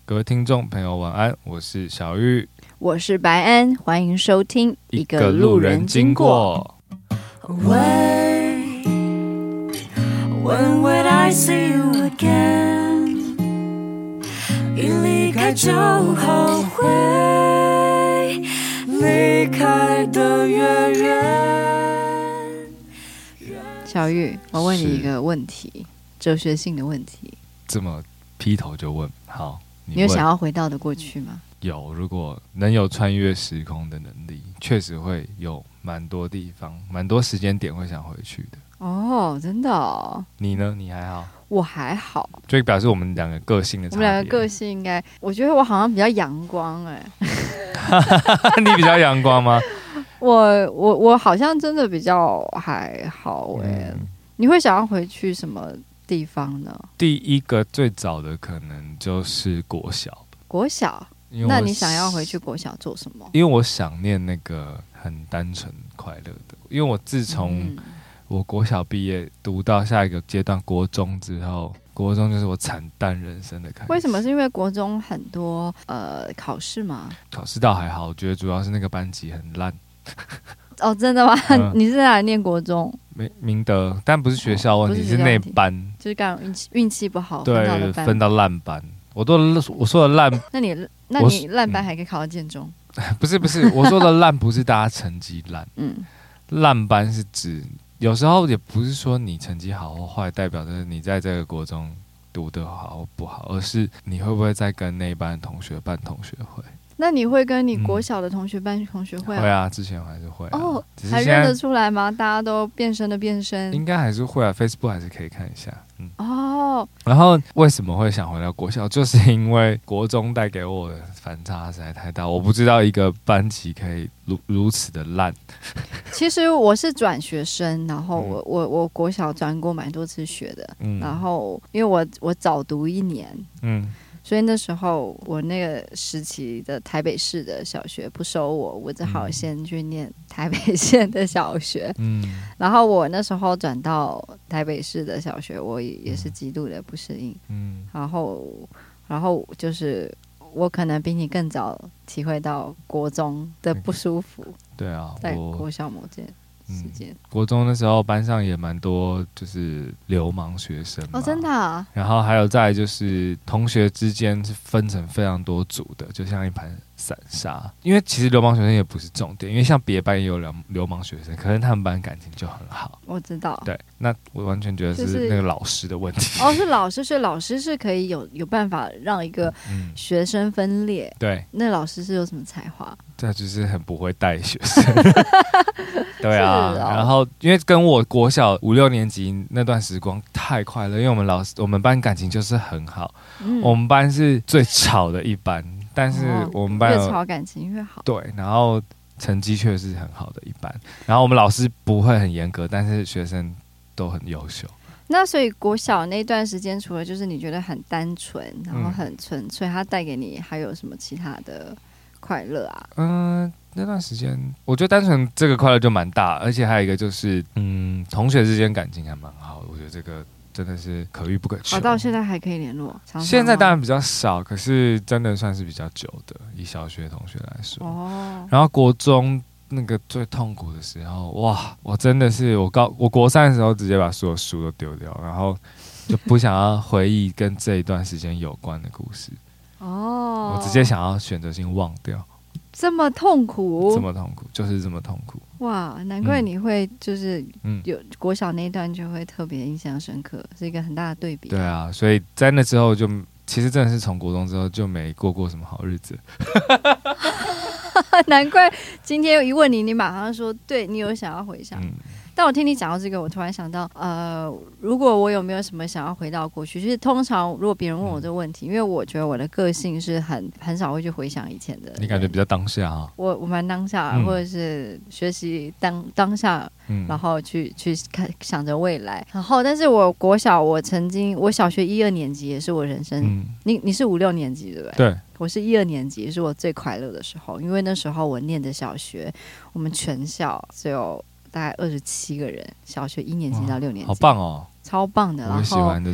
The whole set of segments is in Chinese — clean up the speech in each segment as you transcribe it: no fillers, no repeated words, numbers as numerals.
各位听众朋友晚安，我是小玉， 我是白安，欢迎收听一个路人经过。 When would I see you again？ 一离开就后悔，离开的越远。 小玉，我问你一个问题，哲学性的问题。 这么劈头就问，好， 你有想要回到的过去吗？ 有，如果能有穿越时空的能力，确实会有蛮多地方、蛮多时间点会想回去的。 哦，真的哦。 你呢？你还好？ 我还好， 就表示我们两个个性的差别。 我们两个个性应该，我觉得我好像比较阳光哎。 你比较阳光吗？ 我好像真的比较还好哎。你会想要回去什么地方呢？ 第一个最早的可能就是国小。 国小？那你想要回去国小做什么？ 因为我想念那个很单纯快乐的。因为我自从我国小毕业读到下一个阶段国中之后，国中就是我惨淡人生的开始。 为什么？是因为国中很多考试吗？ 考试倒还好，我觉得主要是那个班级很烂。 哦，真的吗？你是在哪里念国中？ 明德，但不是学校问题，是那班， 就是刚好运气不好， 对，分到烂班。我说的烂， 那你烂班还可以考到建中？ 不是，我说的烂不是大家成绩烂，烂班是指有时候也不是说你成绩好或坏，代表着你在这个国中读得好或不好，而是你会不会再跟那一班同学办同学会。 那你会跟你国小的同学办同学会啊？ 会啊，之前我还是会啊。 哦，还认得出来吗？大家都变身的变身， 应该还是会啊。Facebook 还是可以看一下。 哦。 然后为什么会想回到国小？就是因为国中带给我的反差实在太大，我不知道一个班级可以如此的烂。 其实我是转学生，然后我国小转过蛮多次学的，然后因为我早读1年，所以那时候我那个时期的台北市的小学不收我只好先去念台北县的小学。然后我那时候转到台北市的小学，我也是极度的不适应。然后就是我可能比你更早体会到国中的不舒服。对啊，在国小某件时间， 国中的时候班上也蛮多就是流氓学生嘛。 哦，真的啊。然后还有再来就是同学之间是分成非常多组的，就像一盘散沙。因为其实流氓学生也不是重点，因为像别班也有流氓学生，可是他们班感情就很好。 我知道。 对，那我完全觉得是那个老师的问题。 哦，是老师，所以老师是可以有办法让一个学生分裂。 对， 那老师是有什么才华？ 这就是很不会带学生。对啊，然后因为跟我国小5、6年级那段时光太快乐，因为我们班感情就是很好，我们班是最吵的一班，但是我们班越吵感情越好。 对，然后成绩却是很好的一班，然后我们老师不会很严格，但是学生都很优秀。 那所以国小那段时间，除了就是你觉得很单纯，然后很纯粹，它带给你还有什么其他的快乐啊？ 那段时间我觉得单纯这个快乐就蛮大，而且还有一个就是同学之间感情还蛮好的，我觉得这个真的是可遇不可求。 到现在还可以联络？常常现在当然比较少，可是真的算是比较久的，以小学同学来说。然后国中那个最痛苦的时候，哇，我真的是我国3的时候直接把所有书都丢掉，然后就不想要回忆跟这一段时间有关的故事。我直接想要选择性忘掉。 这么痛苦？ 这么痛苦，就是这么痛苦。 哇，难怪你会就是有国小那一段就会特别印象深刻，是一个很大的对比。 对啊，所以在那之后就其实真的是从国中之后就没过什么好日子。 难怪今天一问你，你马上说对你有想要回想。但我听你讲到这个，我突然想到，如果我有没有什么想要回到过去？就是通常如果别人问我这个问题，因为我觉得我的个性是很少会去回想以前的。 你感觉比较当下啊？我蛮当下，或者是学习当下，然后去看想着未来。然后，但是我国小我小学1、2年级也是我人生，你是5、6年级对不对？ 对。 我是1、2年级是我最快乐的时候，因为那时候我念的小学，我们全校只有大概27个人，小学1年级到6年级， 好棒哦， 超棒的。 我也喜欢这种。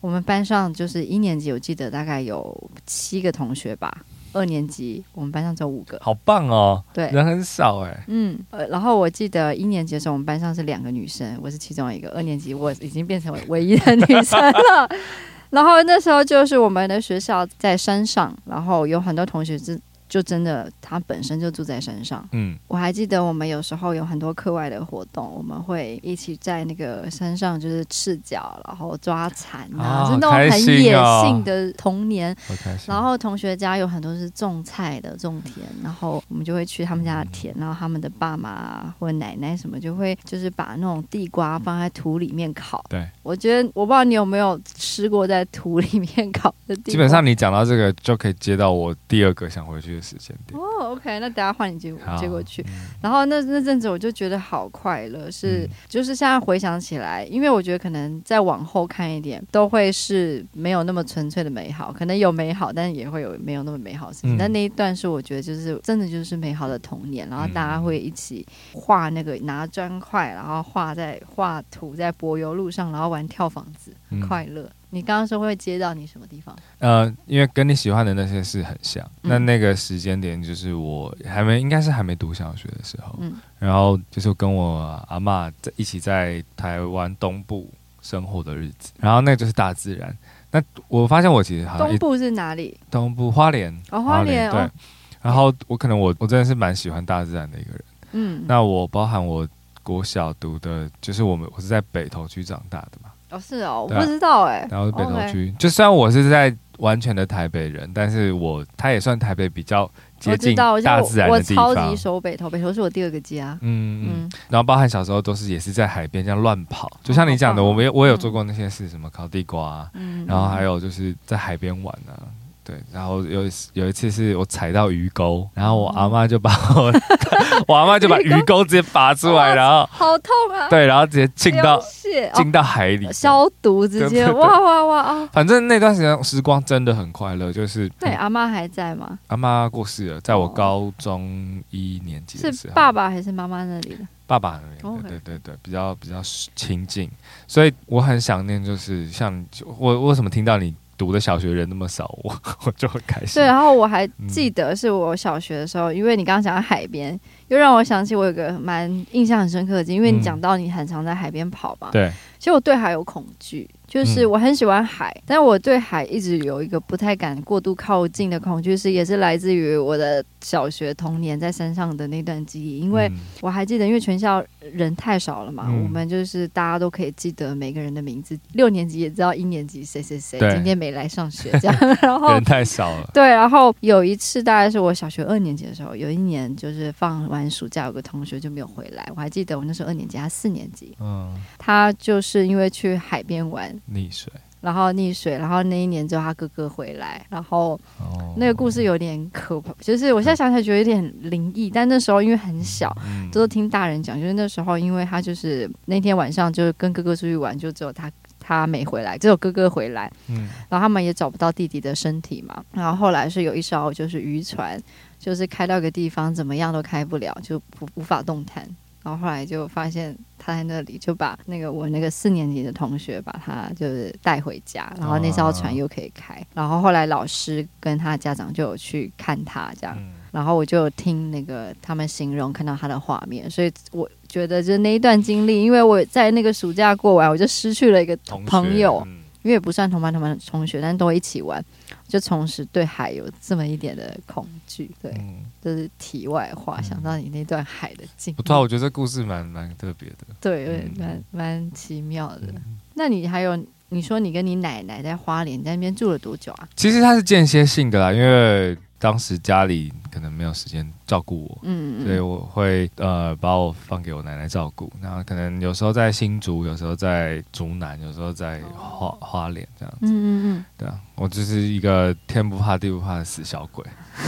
我们班上就是1年级，我记得大概有7个同学吧。2年级我们班上只有5个， 好棒哦！ 对， 人很少哎。 然后我记得1年级的时候，我们班上是2个女生，我是其中一个。2年级我已经变成唯一的女生了。然后那时候就是我们的学校在山上，然后有很多同学就真的他本身就住在山上。我还记得我们有时候有很多课外的活动，我们会一起在那个山上就是赤脚，然后抓蝉啊，是那种很野性的童年。然后同学家有很多是种菜的、种田，然后我们就会去他们家的田，然后他们的爸妈或者奶奶什么就会就是把那种地瓜放在土里面烤。 对， 我觉得我不知道你有没有吃过在土里面烤的地瓜。 基本上你讲到这个就可以接到我第2个想回去的时间点。 OK， 那等下换你接过去。然后那阵子我就觉得好快乐，就是现在回想起来，因为我觉得可能再往后看一点，都会是没有那么纯粹的美好，可能有美好，但是也会有没有那么美好的事情。但那一段是我觉得就是真的就是美好的童年，然后大家会一起画那个拿砖块，然后画土在柏油路上，然后玩跳房子，很快乐。你刚刚说会接到你什么地方？ 因为跟你喜欢的那些事很像。那个时间点就是我应该是还没读小学的时候。然后就是跟我阿嬷一起在台湾东部生活的日子。然后那个就是大自然。那我发现我其实好像东部是哪里？ 东部花莲。 花莲对。然后我可能我真的是蛮喜欢大自然的一个人。那我包含我国小读的，就是我是在北投区长大的嘛。 是哦，我不知道哎。 然后北投区，就虽然我是在完全的台北人，但是他也算台北比较接近大自然的地方。 我超级熟北投，北投是我第2个家。 然后包含小时候也是在海边这样乱跑，就像你讲的，我有做过那些事，什么烤地瓜，然后还有就是在海边玩啊。对，然后有一次是我踩到鱼钩，然后我阿嬷就把我阿嬷就把鱼钩直接拔出来，然后好痛啊！ 对，然后直接进到海里， 消毒直接，对哇！ 反正那段时光真的很快乐，就是。 对，阿嬷还在吗？ 阿嬷过世了，在我高中1年级的时候。 是爸爸还是妈妈那里的？ 爸爸那里的，对，比较亲近，所以我很想念，就是像我为什么听到你读的小学人那么少，我就很开心。 对，然后我还记得是我小学的时候，因为你刚刚讲到海边，又让我想起我有个蛮印象很深刻的经历，因为你讲到你很常在海边跑嘛。 对， 其实我对海有恐惧。就是我很喜欢海，但我对海一直有一个不太敢过度靠近的恐惧，也是来自于我的小学童年在山上的那段记忆。因为我还记得，因为全校人太少了嘛，我们就是大家都可以记得每个人的名字，6年级也知道1年级谁今天没来上学这样。然后人太少了。 对，然后有一次大概是我小学2年级的时候，有一年就是放完暑假，有个同学就没有回来。我还记得我那时候2年级，他4年级，他就是因为去海边玩。 溺水， 然后那一年之后他哥哥回来，然后那个故事有点可怕，就是我现在想起来觉得有点灵异，但那时候因为很小，都是听大人讲，就是那时候因为他就是那天晚上就跟哥哥出去玩，就只有他没回来，只有哥哥回来，然后他们也找不到弟弟的身体嘛，然后后来是有一艘就是渔船，就是开到一个地方怎么样都开不了，就无法动弹。然后后来就发现他在那里，就把我那个4年级的同学把他就是带回家，然后那艘船又可以开。然后后来老师跟他家长就有去看他这样，然后我就有听那个他们形容看到他的画面，所以我觉得就那一段经历，因为我在那个暑假过完，我就失去了一个朋友，因为也不算同班同学，但都一起玩，就从此对海有这么一点的恐惧。对，这是题外话，想到你那段海的经历。 不错，我觉得这故事蛮特别的。 对，蛮奇妙的。那你还有，你说你跟你奶奶在花莲在那边住了多久啊？ 其实它是间歇性的啦，因为当时家里可能没有时间照顾我，所以我会把我放给我奶奶照顾。然后可能有时候在新竹，有时候在竹南，有时候在花莲这样子。对啊，我就是一个天不怕地不怕的死小鬼。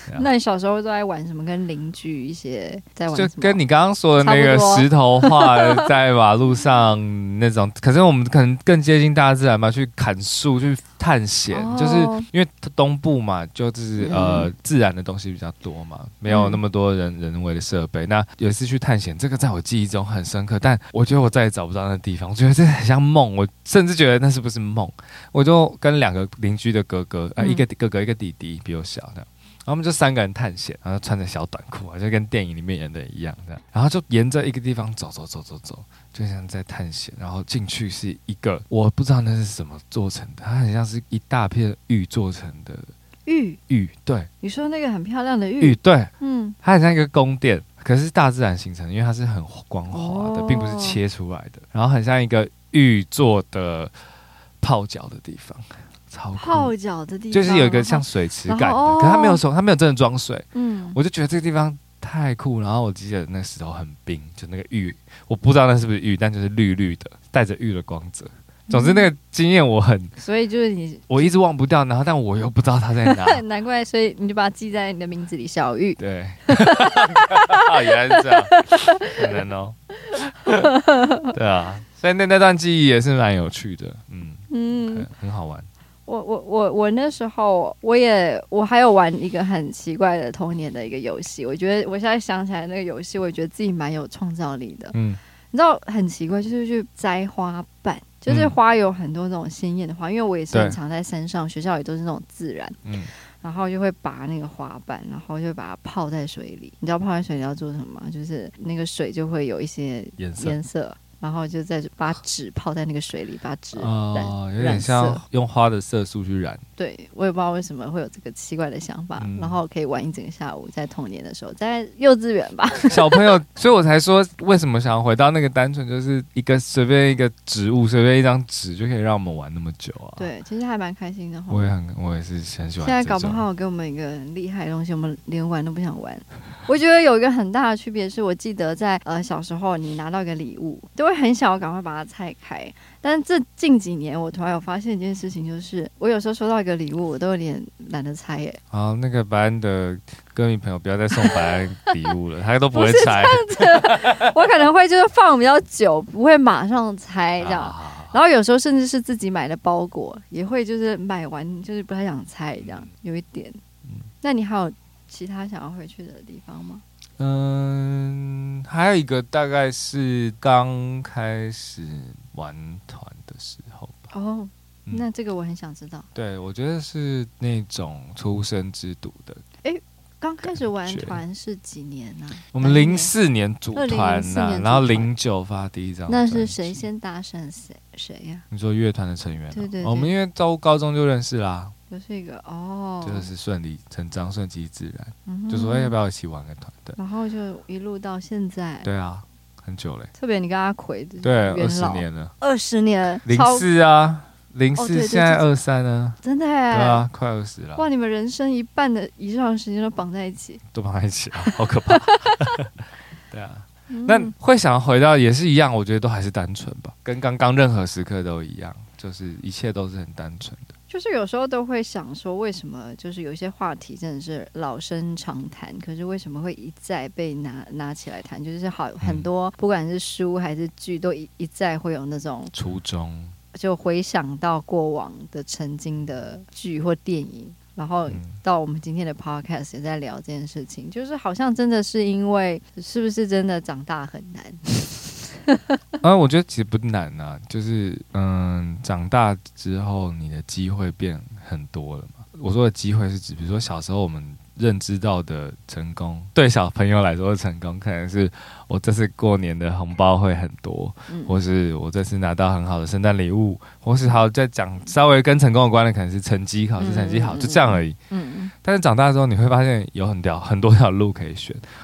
那你小时候都在玩什么？跟邻居一些在玩什么？ 就跟你刚刚说的那个石头画在马路上那种，可是我们可能更接近大自然嘛，去砍树去探险，就是因为东部嘛，就是自然的东西比较多嘛，没有那么多人为的设备。那有一次去探险，这个在我记忆中很深刻，但我觉得我再也找不到那地方，我觉得这很像梦，我甚至觉得那是不是梦？我就跟2个邻居的哥哥，一个哥哥一个弟弟比我小的。然后我们就3个人探险，然后穿着小短裤就跟电影里面演的一样，这样，然后就沿着一个地方走，就像在探险。然后进去是一个我不知道那是什么做成的，它很像是一大片玉做成的玉，对， 你说那个很漂亮的玉， 对，它很像一个宫殿，可是大自然形成的，因为它是很光滑的，并不是切出来的，然后很像一个玉做的泡脚的地方。 泡脚的地方就是有一个像水池感的，可是它没有真的装水。我就觉得这个地方太酷。然后我记得那石头很冰，就那个玉，我不知道那是不是玉，但就是绿绿的，带着玉的光泽。总之那个经验所以就是我一直忘不掉，然后但我又不知道它在哪。 难怪，所以你就把它记在你的名字里，小玉。 对，原来是这样，可能哦。对啊，所以那段记忆也是蛮有趣的，很好玩。 我那时候我还有玩一个很奇怪的童年的一个游戏，我觉得我现在想起来那个游戏，我觉得自己蛮有创造力的。你知道很奇怪，就是去摘花瓣，就是花有很多那种鲜艳的花，因为我也是很常在山上，学校也都是那种自然，然后就会拔那个花瓣，然后就把它泡在水里。你知道泡在水里要做什么吗？就是那个水就会有一些颜色。然后就再把纸泡在那个水里，把纸有点像用花的色素去染。 对，我也不知道为什么会有这个奇怪的想法，然后可以玩一整个下午，在童年的时候，在幼稚园吧。 小朋友，所以我才说为什么想要回到那个单纯，就是一个随便一个植物，随便一张纸就可以让我们玩那么久啊。 对，其实还蛮开心的。 我也是很喜欢。 现在搞不好给我们一个很厉害的东西，我们连玩都不想玩。我觉得有一个很大的区别是，我记得在小时候，你拿到一个礼物，都会很想要赶快把它拆开。但是这近几年，我突然有发现一件事情，就是我有时候收到一个礼物，我都有点懒得拆耶。 好，那个白安的歌迷朋友不要再送白安礼物了，他都不会拆。 我可能会就是放比较久，不会马上拆这样。然后有时候甚至是自己买的包裹，也会就是买完就是不太想拆这样，有一点。那你还有其他想要回去的地方吗？ 还有一个大概是刚开始玩团的时候吧。 那这个我很想知道。 对，我觉得是那种初生之犊的。 刚开始玩团是几年啊？ 我们04年组团啊，然后09发第一张。 那是谁先搭讪谁呀？ 你说乐团的成员？ 对， 我们因为高中就认识啦。 就是一个就是顺理成章、顺其自然，就说要不要一起玩个团的， 然后就一路到现在。 对啊，很久嘞。 特别你跟阿奎的， 对，20年了 ，20年 ，04啊，04现在23呢， 真的耶， 对啊，快20了。 哇，你们人生一半以上的时间都绑在一起， 好可怕。对啊，那会想回到也是一样，我觉得都还是单纯吧，跟刚刚任何时刻都一样，就是一切都是很单纯的。 就是有时候都会想说，为什么就是有一些话题真的是老生常谈，可是为什么会一再被拿起来谈？就是很多不管是书还是剧，都一再会有那种初衷， 就回想到过往的曾经的剧或电影，然后到我们今天的 podcast 也在聊这件事情，就是好像真的是因为是不是真的长大很难？ 我觉得其实不难啊，就是长大之后你的机会变很多了嘛。我说的机会是指，比如说小时候我们认知到的成功，对小朋友来说的成功，可能是我这次过年的红包会很多，或是我这次拿到很好的圣诞礼物，或是好在讲稍微跟成功有关的，可能是成绩考试成绩好，就这样而已。但是长大之后你会发现有很多条路可以选。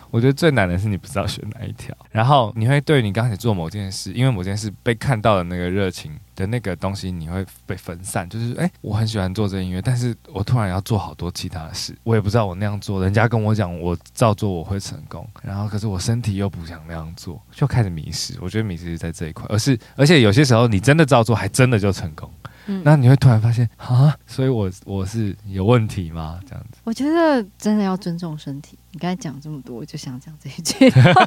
我觉得最难的是你不知道选哪一条，然后你会对你刚才做某件事，因为某件事被看到的那个热情的那个东西，你会被分散。就是我很喜欢做这音乐，但是我突然要做好多其他的事，我也不知道我那样做，人家跟我讲我照做我会成功，然后可是我身体又不想那样做，就开始迷失。我觉得迷失是在这一块，而且有些时候你真的照做，还真的就成功。那你会突然发现啊，所以我是有问题吗？这样子， 我觉得真的要尊重身体。你刚才讲这么多，我就想讲这一句，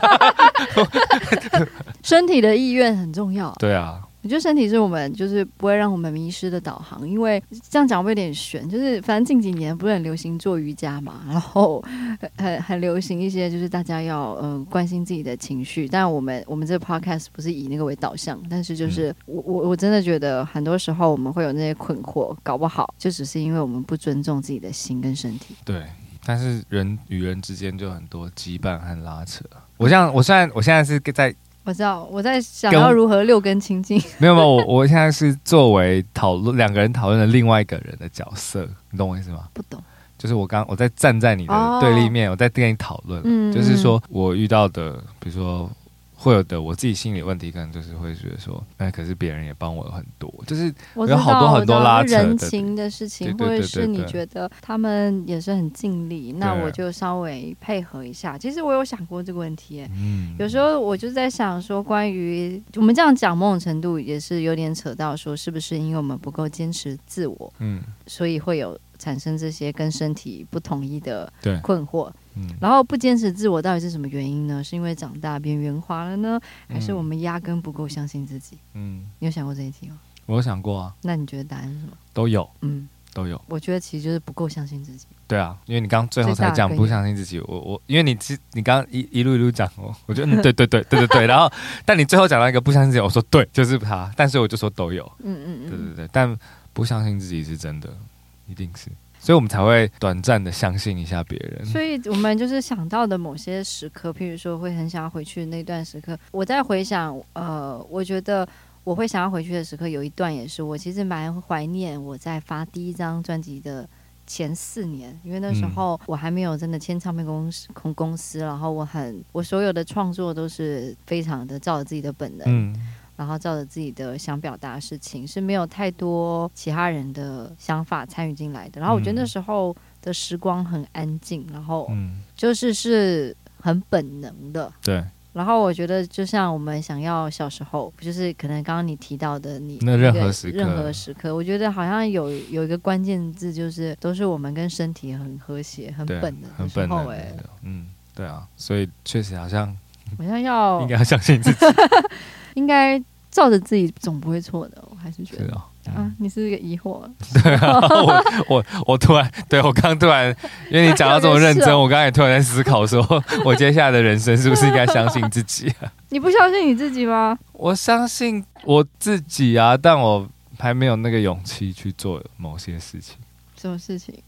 身体的意愿很重要。 对啊。 我觉得身体是我们就是不会让我们迷失的导航，因为这样讲会有点悬，就是反正近几年不是很流行做瑜伽嘛，然后很流行一些就是大家要关心自己的情绪，但我们这个 podcast 不是以那个为导向，但是就是我真的觉得很多时候我们会有那些困惑，搞不好就只是因为我们不尊重自己的心跟身体。 对，但是人与人之间就很多羁绊和拉扯。我现在是在。 我知道我在想要如何六根清净。 没有，我现在是作为两个人讨论的另外一个人的角色，你懂我意思吗？ 不懂。 就是我在站在你的对立面，我在跟你讨论，就是说我遇到的，比如说会有的我自己心理问题，可能就是会觉得说，可是别人也帮我很多，就是有好多很多拉扯的人情的事情，或者是你觉得他们也是很尽力，那我就稍微配合一下。其实我有想过这个问题，有时候我就在想说，关于我们这样讲，某种程度也是有点扯到说，是不是因为我们不够坚持自我，所以会有产生这些跟身体不统一的困惑。然后不坚持自我到底是什么原因呢？是因为长大变圆滑了呢，还是我们压根不够相信自己？你有想过这一题吗？ 我有想过啊。 那你觉得答案是什么？ 都有，都有。 我觉得其实就是不够相信自己。 对啊，因为你刚刚最后才讲不相信自己，因为你刚刚一路讲我觉得对，然后但你最后讲到一个不相信自己，我说对，就是他，但是我就说都有，对，但不相信自己是真的，一定是。所以我们才会短暂的相信一下别人。 所以我们就是想到的某些时刻，譬如说会很想要回去那段时刻。我在回想，我觉得我会想要回去的时刻，有一段也是我其实蛮怀念我在发第一张专辑的前4年，因为那时候我还没有真的签唱片公司，然后我所有的创作都是非常的照着自己的本能。然后照着自己的想表达的事情，是没有太多其他人的想法参与进来的。然后我觉得那时候的时光很安静，然后是很本能的。 对。 然后我觉得就像我们想要小时候，就是可能刚刚你提到的那任何时刻，我觉得好像有一个关键字，就是都是我们跟身体很和谐、很本能的时候。 对啊，所以确实好像应该要相信自己。 应该照着自己总不会错的，我还是觉得你是一个疑惑。 对啊，我突然，我刚突然，因为你讲到这么认真，我刚才也突然在思考说，我接下来的人生是不是应该相信自己？ 你不相信你自己吗？ 我相信我自己啊，但我还没有那个勇气去做某些事情。 什么事情？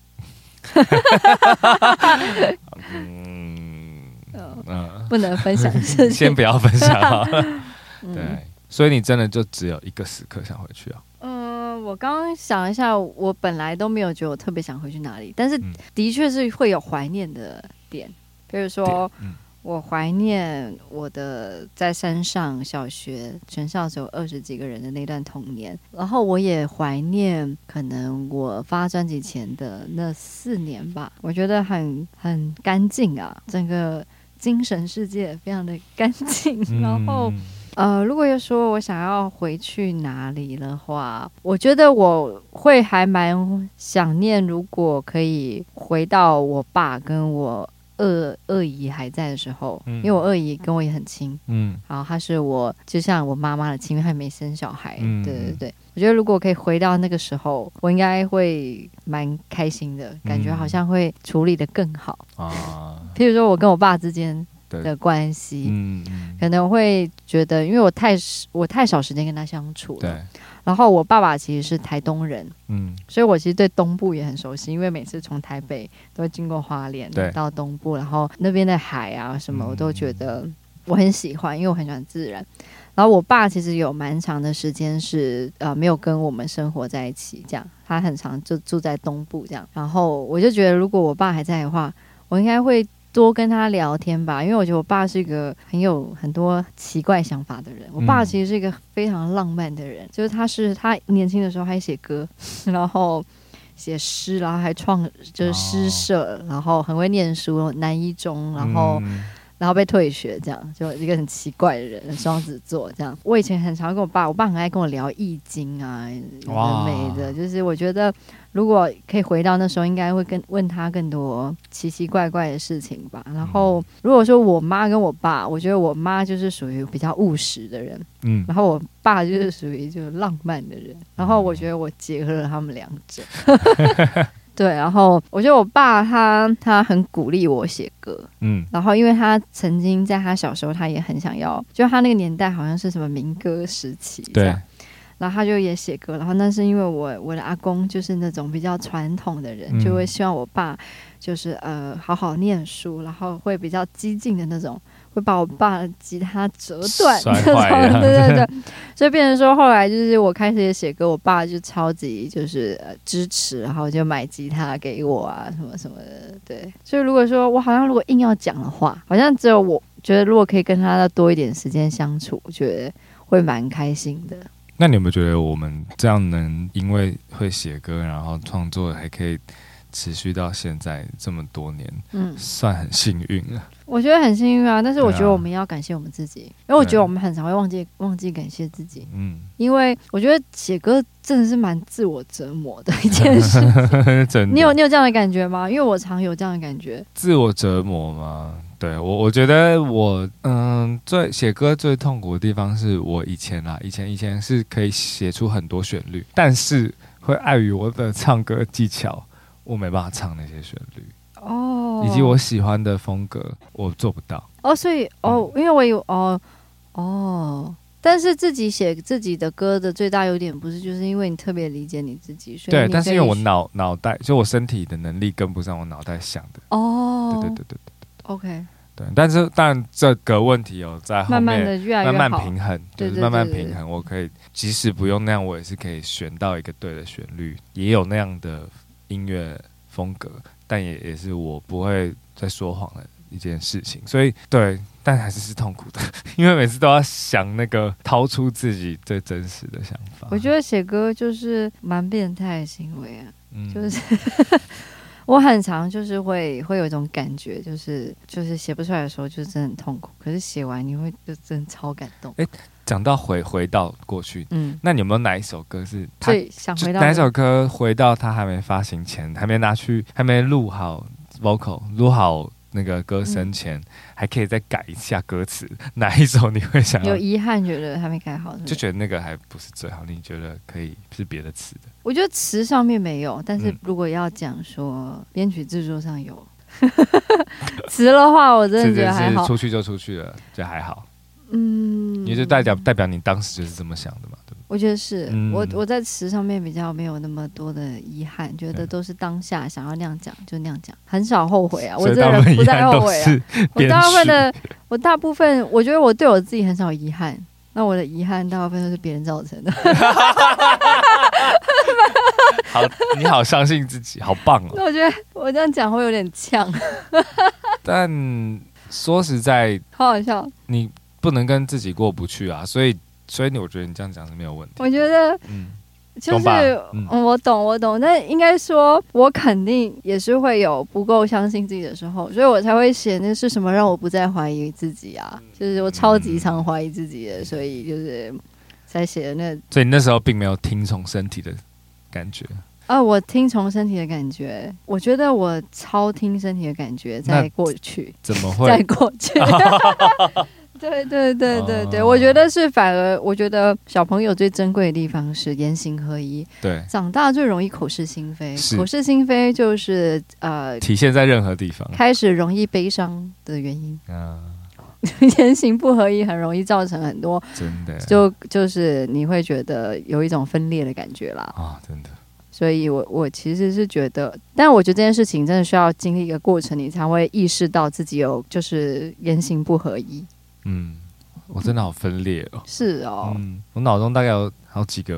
不能分享的事情， 先不要分享好了。对，所以你真的就只有一个时刻想回去啊？ 我刚刚想一下，我本来都没有觉得我特别想回去哪里，但是的确是会有怀念的点，比如说我怀念我的在山上小学全校只有20几个人的那段童年，然后我也怀念可能我发专辑前的那4年吧，我觉得很干净啊，整个精神世界非常的干净，然后如果说我想要回去哪里的话，我觉得我会还蛮想念，如果可以回到我爸跟我二姨还在的时候，因为我二姨跟我也很亲，然后她是我就像我妈妈的亲，因为她没生小孩，对，我觉得如果可以回到那个时候，我应该会蛮开心的，感觉好像会处理得更好譬如说我跟我爸之间的关系，可能会觉得，因为我太少时间跟他相处了，然后我爸爸其实是台东人，所以我其实对东部也很熟悉，因为每次从台北都会经过花莲到东部，然后那边的海啊什么我都觉得我很喜欢，因为我很喜欢自然。然后我爸其实有蛮长的时间是没有跟我们生活在一起，这样他很长就住在东部这样，然后我就觉得如果我爸还在的话，我应该会多跟他聊天吧，因为我觉得我爸是一个很多奇怪想法的人。我爸其实是一个非常浪漫的人，就是他年轻的时候还写歌，然后写诗，然后还就是诗社，然后很会念书，南一中，然后被退学，这样就一个很奇怪的人，双子座这样。我以前很常跟我爸很爱跟我聊易经啊，有的没的，就是我觉得如果可以回到那时候，应该会问他更多奇奇怪怪的事情吧。然后如果说我妈跟我爸，我觉得我妈就是属于比较务实的人，然后我爸就是属于就浪漫的人，然后我觉得我结合了他们两者。对，然后我觉得我爸他很鼓励我写歌，然后因为他曾经在他小时候，他也很想要，就他那个年代好像是什么民歌时期，对，然后他就也写歌，然后那是因为我的阿公就是那种比较传统的人，就会希望我爸就是好好念书，然后会比较激进的那种。会把我爸的吉他折断，对，所以变成说后来就是我开始也写歌，我爸就超级就是支持，然后就买吉他给我啊什么什么的，对。所以如果说我好像如果硬要讲的话，好像只有我觉得如果可以跟他多一点时间相处，我觉得会蛮开心的。 那你有没有觉得我们这样能因为会写歌，然后创作还可以持续到现在这么多年，算很幸运了？ 我觉得很幸运啊，但是我觉得我们要感谢我们自己，因为我觉得我们很常会忘记感谢自己。因为我觉得写歌真的是蛮自我折磨的一件事情。你有这样的感觉吗？因为我常有这样的感觉。 自我折磨吗？对，我觉得我写歌最痛苦的地方是我以前是可以写出很多旋律，但是会碍于我的唱歌技巧，我没办法唱那些旋律。以及我喜欢的风格我做不到所以因为我有但是自己写自己的歌的最大优点不是就是因为你特别理解你自己，所以对，但是因为我脑袋就我身体的能力跟不上我脑袋想的对 OK 对，但是当然这个问题有在后面慢慢的越来越好， 慢慢平衡，就是慢慢平衡。我可以即使不用那样，我也是可以选到一个对的旋律，也有那样的音乐风格，但也是我不会再说谎的一件事情。所以对，但还是痛苦的，因为每次都要想那个掏出自己最真实的想法。 我觉得写歌就是蛮变态的行为啊，就是我很常就是会有一种感觉，就是写不出来的时候就真的很痛苦，可是写完你会就真的超感动。 讲到回到过去，那你有没有哪一首歌是最想回到哪一首歌回到他还没发行前，还没录好 vocal， 录好那个歌声前，还可以再改一下歌词？哪一首你会想要？ 有遗憾，觉得还没改好是不是， 就觉得那个还不是最好，你觉得可以是别的词的？ 我觉得词上面没有，但是如果要讲说编曲制作上有词的话，我真的觉得还好。 出去就出去了，就还好。你就代表你当时就是这么想的嘛，对不对？ 我觉得是，我在词上面比较没有那么多的遗憾，觉得都是当下想要那样讲就那样讲，很少后悔啊。我这人不太后悔啊。我大部分，我觉得我对我自己很少遗憾，那我的遗憾大部分都是别人造成的。 好，你好相信自己，好棒哦。 那我觉得我这样讲会有点呛，但说实在， 好好笑。 你不能跟自己过不去啊，所以我觉得你这样讲是没有问题。 我觉得，就是我懂，但应该说，我肯定也是会有不够相信自己的时候，所以我才会写那是什么让我不再怀疑自己啊，就是我超级常怀疑自己的，所以就是才写的那。 所以你那时候并没有听从身体的感觉。 我听从身体的感觉，我觉得我超听身体的感觉，在过去。 怎么会？ 在过去。对，我觉得是反而，我觉得小朋友最珍贵的地方是言行合一。 对， 长大最容易口是心非。口是心非就是体现在任何地方， 开始容易悲伤的原因。言行不合一很容易造成很多， 真的就是你会觉得有一种分裂的感觉啦。 真的。 所以我其实是觉得，但我觉得这件事情真的需要经历一个过程，你才会意识到自己有就是言行不合一。 我真的好分裂哦。 是哦。 我脑中大概有好几个我。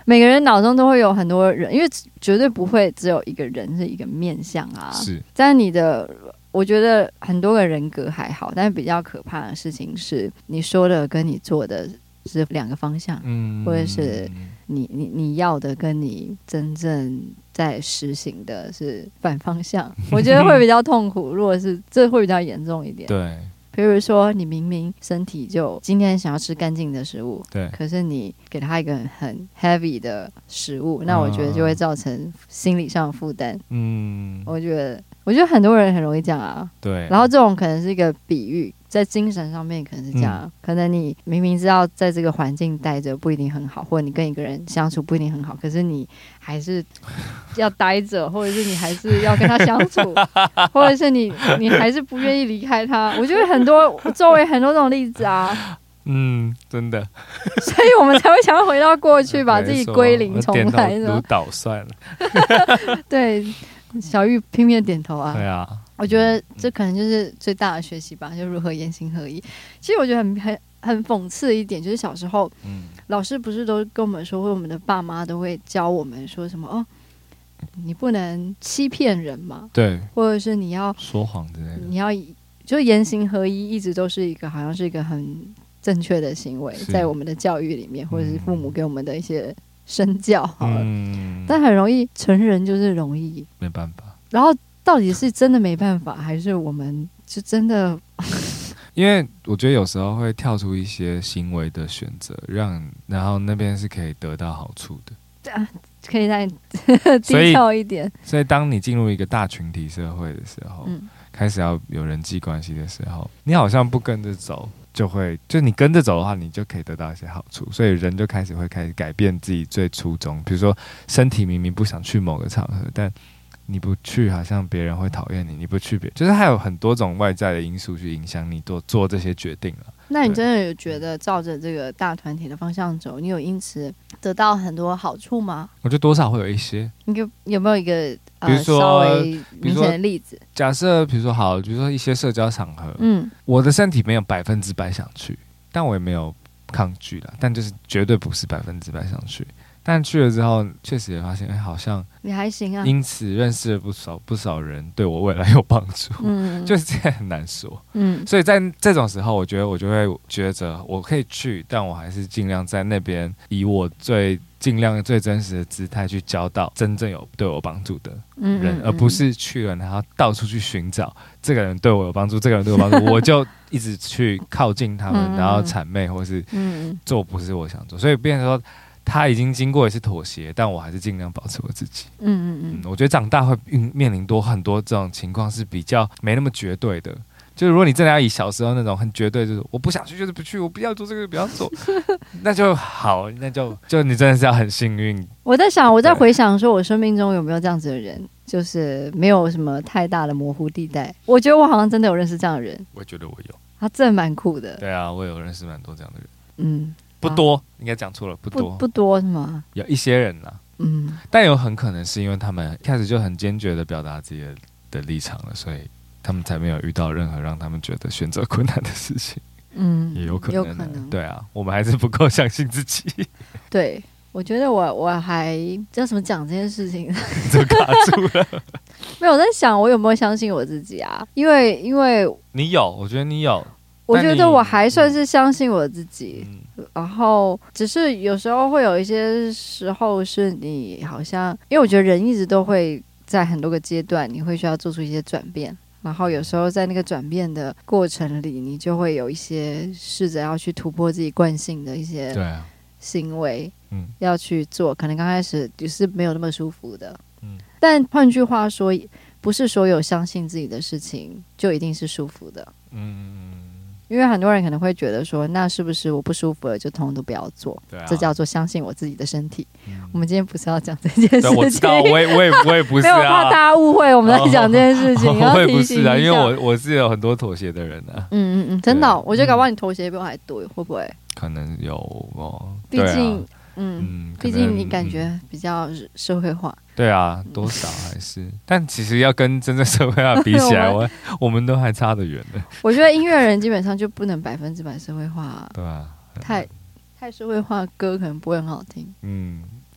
每个人脑中都会有很多人，因为绝对不会只有一个人是一个面相啊。 是， 在你的，我觉得很多个人格还好，但是比较可怕的事情是，你说的跟你做的是两个方向，或者是你要的跟你真正在实行的是反方向，我觉得会比较痛苦。如果是这会比较严重一点。 对。 比如说，你明明身体就今天想要吃干净的食物， 对， 可是你给他一个很 heavy 的食物，那我觉得就会造成心理上的负担。我觉得很多人很容易这样啊。 对。 然后这种可能是一个比喻，在精神上面可能是这样，可能你明明知道在这个环境待着不一定很好，或者你跟一个人相处不一定很好，可是你还是要待着，或者是你还是要跟他相处，或者是你还是不愿意离开他。我觉得很多周围很多这种例子啊。 真的。 所以我们才会想要回到过去，把自己归零重来。 点头如捣蒜了。对， 小玉拼命点头啊。 对啊。 我觉得这可能就是最大的学习吧，就如何言行合一。其实我觉得很讽刺的一点，就是小时候，老师不是都跟我们说，或者我们的爸妈都会教我们说什么你不能欺骗人嘛， 对， 或者是你要说谎之类的， 你要就言行合一，一直都是一个好像是一个很正确的行为，在我们的教育里面，或者是父母给我们的一些身教好了，但很容易成人就是容易没办法，然后。到底是真的没办法，还是我们就真的？ 因为我觉得有时候会跳出一些行为的选择，然后那边是可以得到好处的， 可以再低调一点。 所以当你进入一个大群体社会的时候，开始要有人际关系的时候，你好像不跟着走，就你跟着走的话，你就可以得到一些好处，所以人就开始改变自己最初衷。比如说，身体明明不想去某个场合，但你不去，好像别人会讨厌你；你不去，就是还有很多种外在的因素去影响你做这些决定了。 那你真的有觉得照着这个大团体的方向走，你有因此得到很多好处吗？ 我觉得多少会有一些。 你有没有一个比如说稍微明显的例子？ 假设比如说一些社交场合，我的身体没有100%想去，但我也没有抗拒啦，但就是绝对不是100%想去。但去了之后，确实也发现，好像你还行啊。 因此认识了不少人，对我未来有帮助。就是这很难说。所以在这种时候，我觉得我就会觉得我可以去，但我还是尽量在那边以我尽量最真实的姿态去交到真正有对我帮助的人，而不是去了然后到处去寻找这个人对我有帮助，这个人对我有帮助，我就一直去靠近他们，然后谄媚或是做不是我想做，所以变成说。他已经经过一次妥协，但我还是尽量保持我自己。我觉得长大会面临很多这种情况是比较没那么绝对的。就是如果你真的要以小时候那种很绝对，就是我不想去就是不去，我不要做这个不要做，那就好，那就你真的是要很幸运。 我在回想说，我生命中有没有这样子的人，就是没有什么太大的模糊地带。我觉得我好像真的有认识这样的人。 我觉得我有， 他真的蛮酷的。 对啊，我有认识蛮多这样的人。不多，应该讲错了，不多是吗？ 有一些人啦，但有很可能是因为他们开始就很坚决的表达自己的立场了，所以他们才没有遇到任何让他们觉得选择困难的事情。也有可能，对啊，我们还是不够相信自己。对， 我觉得我还要怎么讲这件事情， 就卡住了。 没有，我在想我有没有相信我自己啊？因为你有，我觉得你有。 我觉得我还算是相信我自己，然后只是有时候会有一些时候是你好像，因为我觉得人一直都会在很多个阶段，你会需要做出一些转变，然后有时候在那个转变的过程里，你就会有一些试着要去突破自己惯性的一些行为，要去做，可能刚开始就是没有那么舒服的，但换句话说，不是所有相信自己的事情就一定是舒服的，因为很多人可能会觉得说，那是不是我不舒服了就通通都不要做？这叫做相信我自己的身体。我们今天不是要讲这件事情， 我知道，我也不是啊， 没有怕大家误会我们在讲这件事情。 我也不是啊，因为我是有很多妥协的人啊。 真的，我觉得搞不好你妥协比我还多，会不会？ 可能有哦， 毕竟。毕竟你感觉比较社会化， 对啊，多少还是，但其实要跟真正社会化比起来，我们都还差得远的。 我觉得音乐人基本上就不能100%社会化， 对啊， 太社会化的歌可能不会很好听。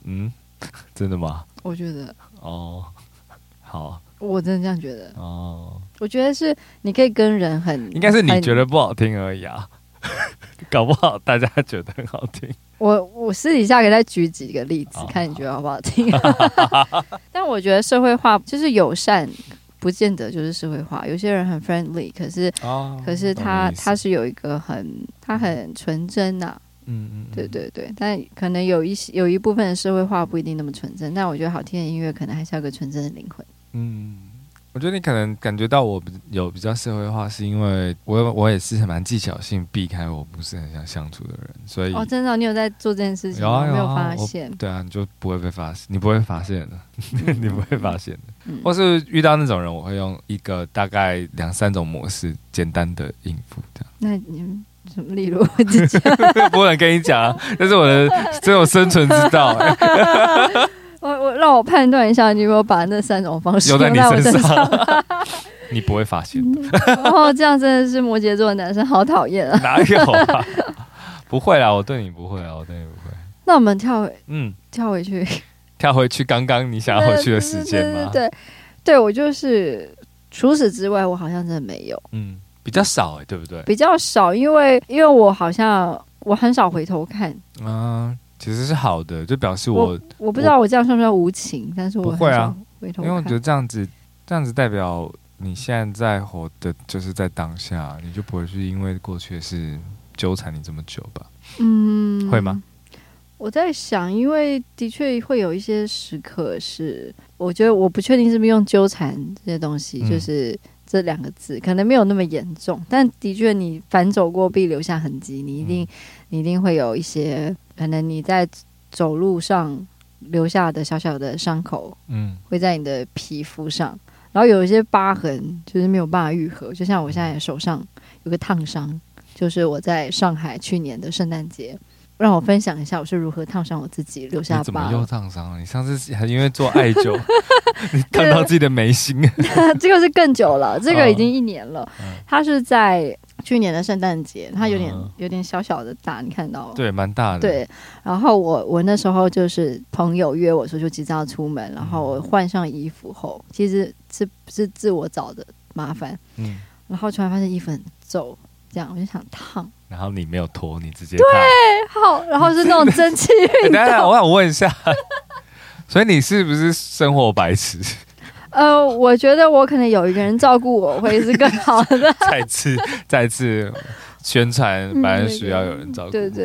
真的吗？ 我觉得哦，好， 我真的这样觉得哦。我觉得是你可以跟人应该是你觉得不好听而已啊，搞不好大家觉得很好听。 我私底下给他举几个例子，看你觉得好不好听。但我觉得社会化就是友善，不见得就是社会化。有些人很 friendly， 可是他是有一个他很纯真呐、对对对。但可能有一部分的社会化不一定那么纯真，但我觉得好听的音乐可能还是要有个纯真的灵魂。 我觉得你可能感觉到我有比较社会化，是因为我也是蛮技巧性避开我不是很想相处的人，所以真的，你有在做这件事情吗？ 有啊， 没有发现？ 对啊，你就不会被发现，你不会发现的，你不会发现的。或是遇到那种人，我会用一个大概2-3种模式，简单的应付这样。 那你们什么？例如不能跟你讲啊，这是我的这种生存之道。 让我判断一下，你有没有把那3种方式用在你身上？你不会发现的。 这样真的是摩羯座的男生好讨厌啊！ 哪有啊？不会啦，我对你不会啊，我对你不会。 那我们跳回去刚刚你想要回去的时间吗？ 对，我就是除此之外，我好像真的没有。 比较少对不对？ 比较少，因为我好像我很少回头看。 其实是好的，就表示我不知道我这样算不算无情，但是我不会啊， 回头看， 因为我觉得这样子代表你现在活的就是在当下，你就不会去因为过去的事纠缠你这么久吧？会吗？ 我在想，因为的确会有一些时刻是，我觉得我不确定是不是用纠缠这些东西，就是这2个字可能没有那么严重，但的确你反走过必留下痕迹，你一定会有一些可能你在走路上留下的小小的伤口，会在你的皮肤上，然后有一些疤痕就是没有办法愈合，就像我现在手上有个烫伤，就是我在上海去年的圣诞节。让我分享一下我是如何烫伤我自己留下疤。你怎么又烫伤了？你上次还因为做艾灸你烫到自己的眉心。 这个是更久了，这个已经1年了。它是在去年的圣诞节，它有点小小的大，你看到吗？ 对，蛮大的。 对，然后我那时候就是朋友约我说就急着要出门，然后我换上衣服后，其实是自我找的麻烦。然后突然发现衣服很皱，这样我就想烫。 然后你没有脱，你直接对，好，然后是那种蒸汽运动。 我想问一下，所以你是不是生活白痴？ 我觉得我可能有一个人照顾我会是更好的。 再次宣传，白人需要有人照顾。 对。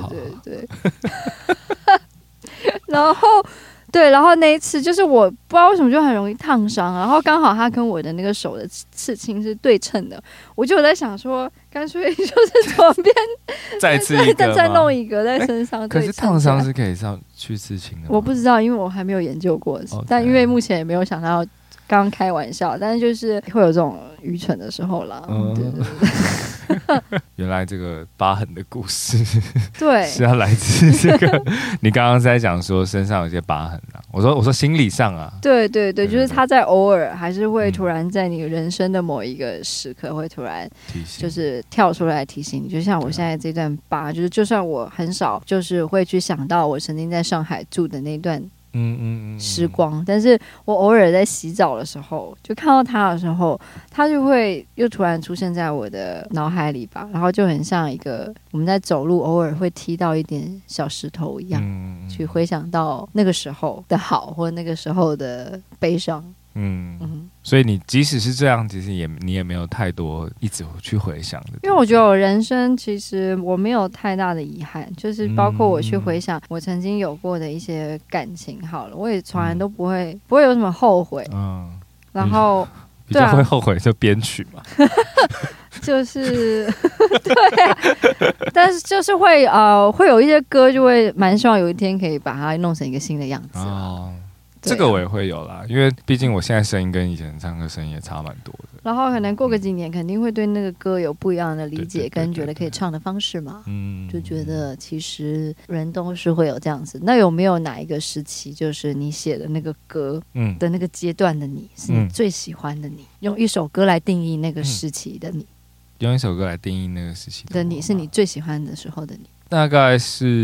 然后那一次就是我不知道为什么就很容易烫伤，然后刚好他跟我的那个手的刺青是对称的，我就有在想说，干脆就是左边再刺一个， 再弄一个在身上。 可是烫伤是可以上去刺青的吗？ 我不知道，因为我还没有研究过，但因为目前也没有想到。刚刚开玩笑，但是就是会有这种愚蠢的时候啦。对。 原来这个疤痕的故事， 对， 是要来自这个。你刚刚在讲说身上有些疤痕啊，我说心理上啊。 对，就是他在偶尔还是会突然在你人生的某一个时刻会突然就是跳出来提醒你，就像我现在这段疤，就是就算我很少就是会去想到我曾经在上海住的那段。时光，但是我偶尔在洗澡的时候，就看到他的时候，他就会又突然出现在我的脑海里吧，然后就很像一个我们在走路偶尔会踢到一点小石头一样，去回想到那个时候的好，或那个时候的悲伤。 所以你即使是这样，其实你也没有太多一直去回想的。 因为我觉得我人生其实我没有太大的遗憾，就是包括我去回想我曾经有过的一些感情，好了，我也从来都不会有什么后悔。然后比较会后悔就编曲嘛。 就是对啊，但是就是会有一些歌就会蛮希望有一天可以把它弄成一个新的样子。 这个我也会有啦，因为毕竟我现在声音跟以前唱歌声音也差蛮多的。 然后可能过个几年，肯定会对那个歌有不一样的理解，跟觉得可以唱的方式嘛。就觉得其实人都是会有这样子。那有没有哪一个时期，就是你写的那个歌的那个阶段的你，是你最喜欢的你？用一首歌来定义那个时期的你。 用一首歌来定义那个时期的你，是你最喜欢的时候的你。 大概是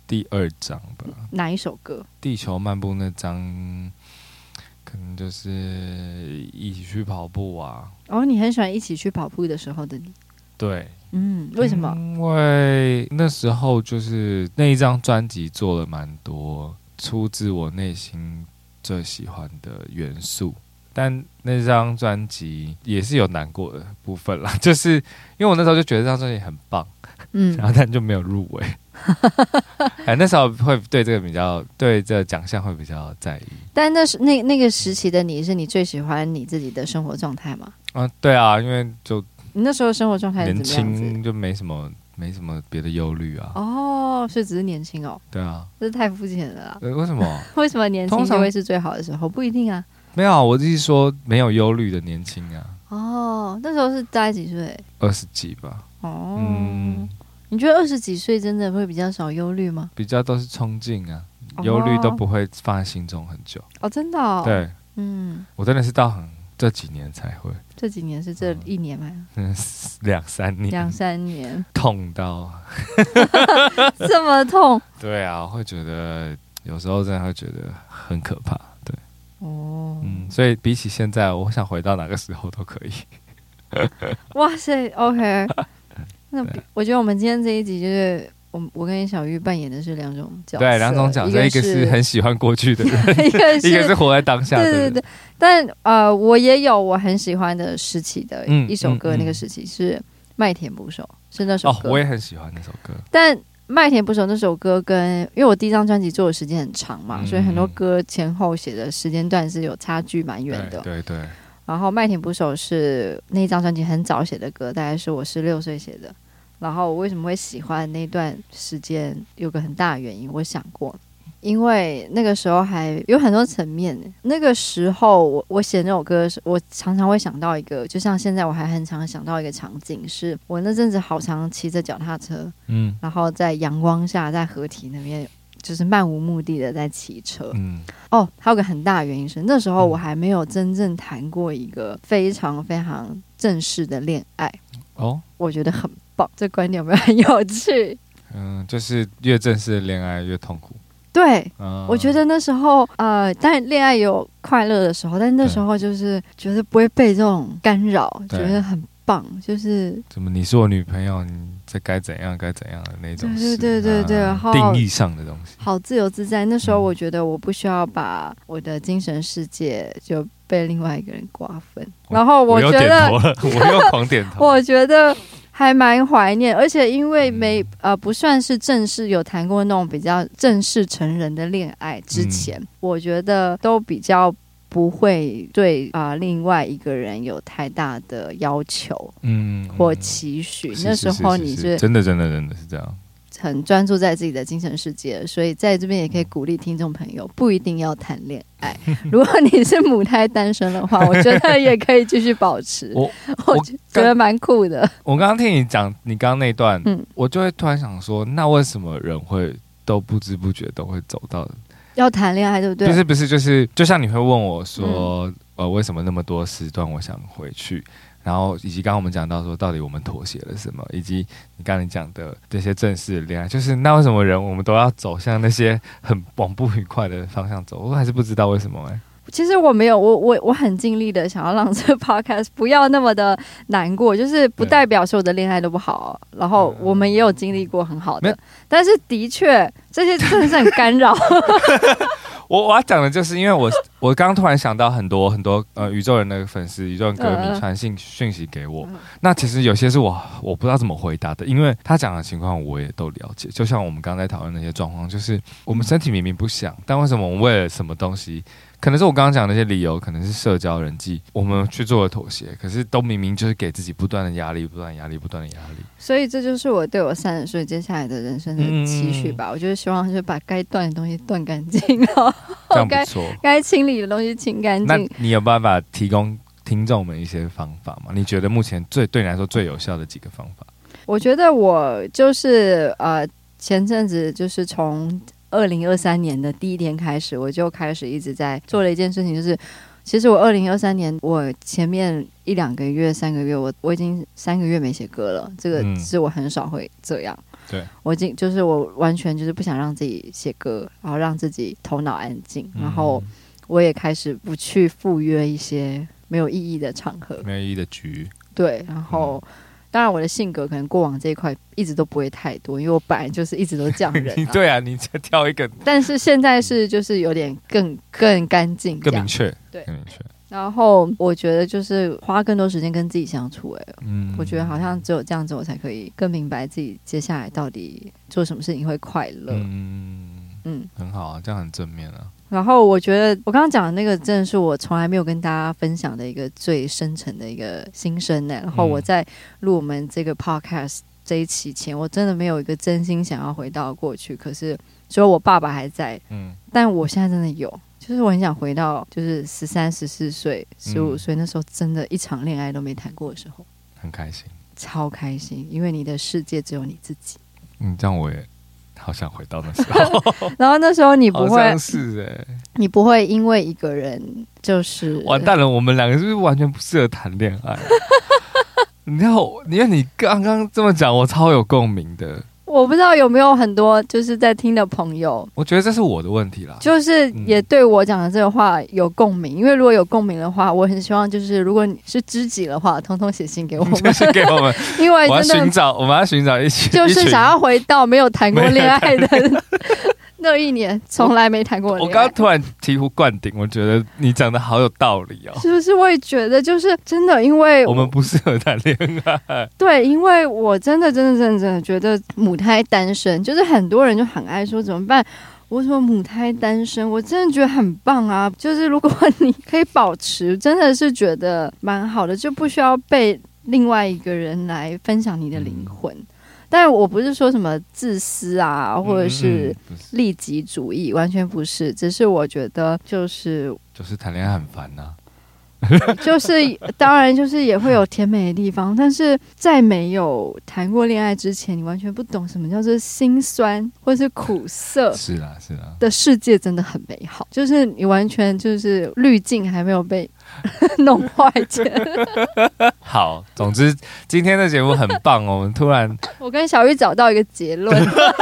第2张吧。 哪一首歌？ 地球漫步那张，可能就是一起去跑步啊。 哦，你很喜欢一起去跑步的时候的你。 对， 为什么？ 因为那时候就是那一张专辑做了蛮多出自我内心最喜欢的元素，但那张专辑也是有难过的部分啦，就是因为我那时候就觉得这张专辑很棒，然后但就没有入围。那时候会对这个奖项会比较在意。 但那个时期的你是你最喜欢你自己的生活状态吗？ 对啊，因为就你那时候生活状态是怎么样子？ 年轻就没什么别的忧虑啊。 所以只是年轻哦。 对啊， 这太肤浅了啦。 为什么？ 为什么年轻就会是最好的时候？不一定啊。 没有，我是说没有忧虑的年轻啊。 那时候是大概几岁 ？20几吧。 你觉得20几岁真的会比较少忧虑吗？ 比较都是冲劲啊，忧虑都不会放在心中很久。 真的哦。 对，我真的是到这几年才会。 这几年是这1年吗 ？2-3年。 2-3年。 痛到这么痛？ 对啊，我会觉得有时候真的会觉得很可怕。对。所以比起现在，我想回到哪个时候都可以。 哇塞 ，OK。那我觉得我们今天这一集就是我跟小玉扮演的是2种角色， 对，2种角色，一个是很喜欢过去的人，一个是活在当下的人。 对。但我也有我很喜欢的时期的一首歌，那个时期是麦田捕手，是那首歌。 我也很喜欢那首歌。 但麦田捕手那首歌因为我第1张专辑做的时间很长嘛，所以很多歌前后写的时间段是有差距蛮远的。 对。 然后麦田捕手是那一张专辑很早写的歌，大概是我16岁写的。然后我为什么会喜欢那段时间，有个很大的原因，我想过，因为那个时候还有很多层面。那个时候我写那首歌的时候，我常常会想到一个，就像现在我还很常想到一个场景，是我那阵子好常骑着脚踏车，然后在阳光下，在河堤那边就是漫无目的的在骑车。还有个很大的原因是那时候我还没有真正谈过一个非常非常正式的恋爱。我觉得很棒，这观点有没有很有趣？ 就是越正式的恋爱越痛苦。 对，我觉得那时候当然恋爱也有快乐的时候，但那时候就是觉得不会被这种干扰，觉得很棒，就是怎么你是我女朋友，你这该怎样的那种事。 对， 定义上的东西， 好自由自在。那时候我觉得我不需要把我的精神世界就被另外一个人瓜分。然后我觉得我又狂点头。 我觉得还蛮怀念，而且因为不算是正式有谈过那种比较正式成人的恋爱之前，我觉得都比较不会对另外一个人有太大的要求或期许。那时候你是真的是这样， 很专注在自己的精神世界，所以在这边也可以鼓励听众朋友，不一定要谈恋爱。如果你是母胎单身的话，我觉得也可以继续保持。我觉得蛮酷的。 我刚刚听你讲你刚刚那段，我就会突然想说，那为什么人会都不知不觉都会走到要谈恋爱，对不对？ 不是，就是就像你会问我说，为什么那么多时段我想回去？然后以及刚刚我们讲到说，到底我们妥协了什么，以及你刚才讲的这些正式的恋爱，就是那为什么我们都要走向那些很往不愉快的方向走？我还是不知道为什么其实我没有，我很尽力的想要让这个 podcast 不要那么的难过，就是不代表所有的恋爱都不好，然后我们也有经历过很好的，但是的确这些真的是很干扰。 我要讲的就是，因为我刚刚突然想到很多宇宙人的粉丝、宇宙人歌迷传讯息给我，那其实有些是我不知道怎么回答的，因为他讲的情况我也都了解。就像我们刚才讨论那些状况，就是我们身体明明不想，但为什么我们为了什么东西？可能是我刚刚讲的那些理由，可能是社交人际，我们去做了妥协，可是都明明就是给自己不断的压力。 所以这就是我对我30岁接下来的人生的期许吧。我就是希望就是把该断的东西断干净， 这样不错。 该清理的东西清干净。 那你有办法提供听众们一些方法吗？你觉得目前对你来说最有效的几个方法？ 我觉得我就是前阵子就是从2023年的第1天开始，我就开始一直在做了一件事情，就是其实我2023年我前面1-2个月、3个月，我已经3个月没写歌了，这个是我很少会这样。 对， 就是我完全就是不想让自己写歌，然后让自己头脑安静，然后我也开始不去赴约一些没有意义的场合， 没有意义的局。 对，然后。当然，我的性格可能过往这一块一直都不会太多，因为我本来就是一直都这样人、啊。 对啊，你再挑一个。 但是现在是就是有点更干净， 更明确， 对， 更明确。 然后我觉得就是花更多时间跟自己相处、我觉得好像只有这样子，我才可以更明白自己接下来到底做什么事情会快乐。 很好啊，这样很正面啊。 然后我觉得我刚刚讲的那个真的是我从来没有跟大家分享的一个最深层的一个心声呢。然后我在录我们这个 podcast 这一期前，我真的没有一个真心想要回到过去。可是只有我爸爸还在，但我现在真的有，就是我很想回到就是13、14岁、15岁那时候，真的一场恋爱都没谈过的时候， 很开心， 超开心，因为你的世界只有你自己。 这样我也。好想回到那时候， 然后那时候你不会，你不会因为一个人就是完蛋了，我们两个是不是完全不适合谈恋爱？你看，因为你刚刚这么讲，我超有共鸣的。 我不知道有没有很多就是在听的朋友， 我觉得这是我的问题啦， 就是也对我讲的这个话有共鸣，因为如果有共鸣的话，我很希望就是如果你是知己的话，通通写信给我们， 写给我们， 因为真的我们要寻找一起， 就是想要回到没有谈过恋爱的那一年，从来没谈过恋爱。 我刚刚突然醍醐灌顶，我觉得你讲的好有道理哦。 是不是？我也觉得，就是真的，因为我们不适合谈恋爱。 对，因为我真的觉得母胎单身，就是很多人就很爱说怎么办。我说母胎单身，我真的觉得很棒啊！就是如果你可以保持，真的是觉得蛮好的，就不需要被另外一个人来分享你的灵魂。但我不是说什么自私啊，或者是利己主义，完全不是。只是我觉得就是谈恋爱很烦呐、 就是当然就是也会有甜美的地方，但是在没有谈过恋爱之前，你完全不懂什么叫做辛酸或是苦涩。 是啦的世界真的很美好，就是你完全就是滤镜还没有被弄坏前。 好，总之今天的节目很棒哦，我们突然我跟小玉找到一个结论。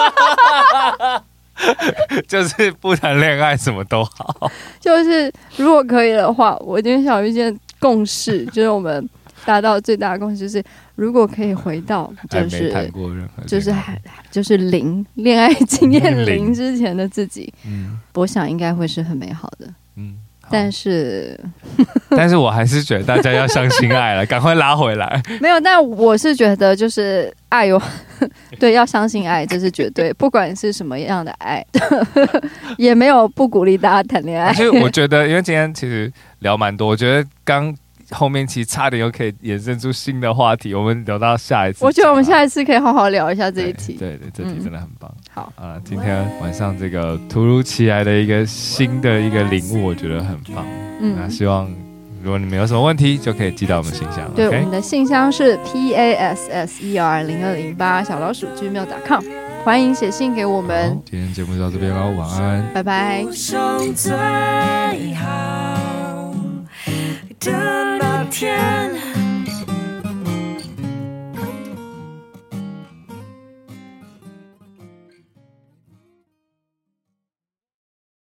就是不谈恋爱什么都好， 就是如果可以的话，我跟小玉现在共识就是我们达到最大的共识是，如果可以回到就是没谈过任何就是零恋爱经验零之前的自己，我想应该会是很美好的。但是我还是觉得大家要相信爱了，赶快拉回来。 没有，但我是觉得就是爱有对，要相信爱，这是绝对，不管是什么样的爱，也没有不鼓励大家谈恋爱。 所以我觉得，因为今天其实聊蛮多，我觉得后面其实差点又可以衍生出新的话题，我们留到下一次。 我觉得我们下一次可以好好聊一下这一题。 对，这题真的很棒。 好啊，今天晚上这个突如其来的一个新的一个领悟，我觉得很棒。那希望如果你们有什么问题，就可以寄到我们信箱。 对，我们的信箱是 PASSER0208@gmail.com， 欢迎写信给我们。 今天节目就到这边喽，晚安， 拜拜。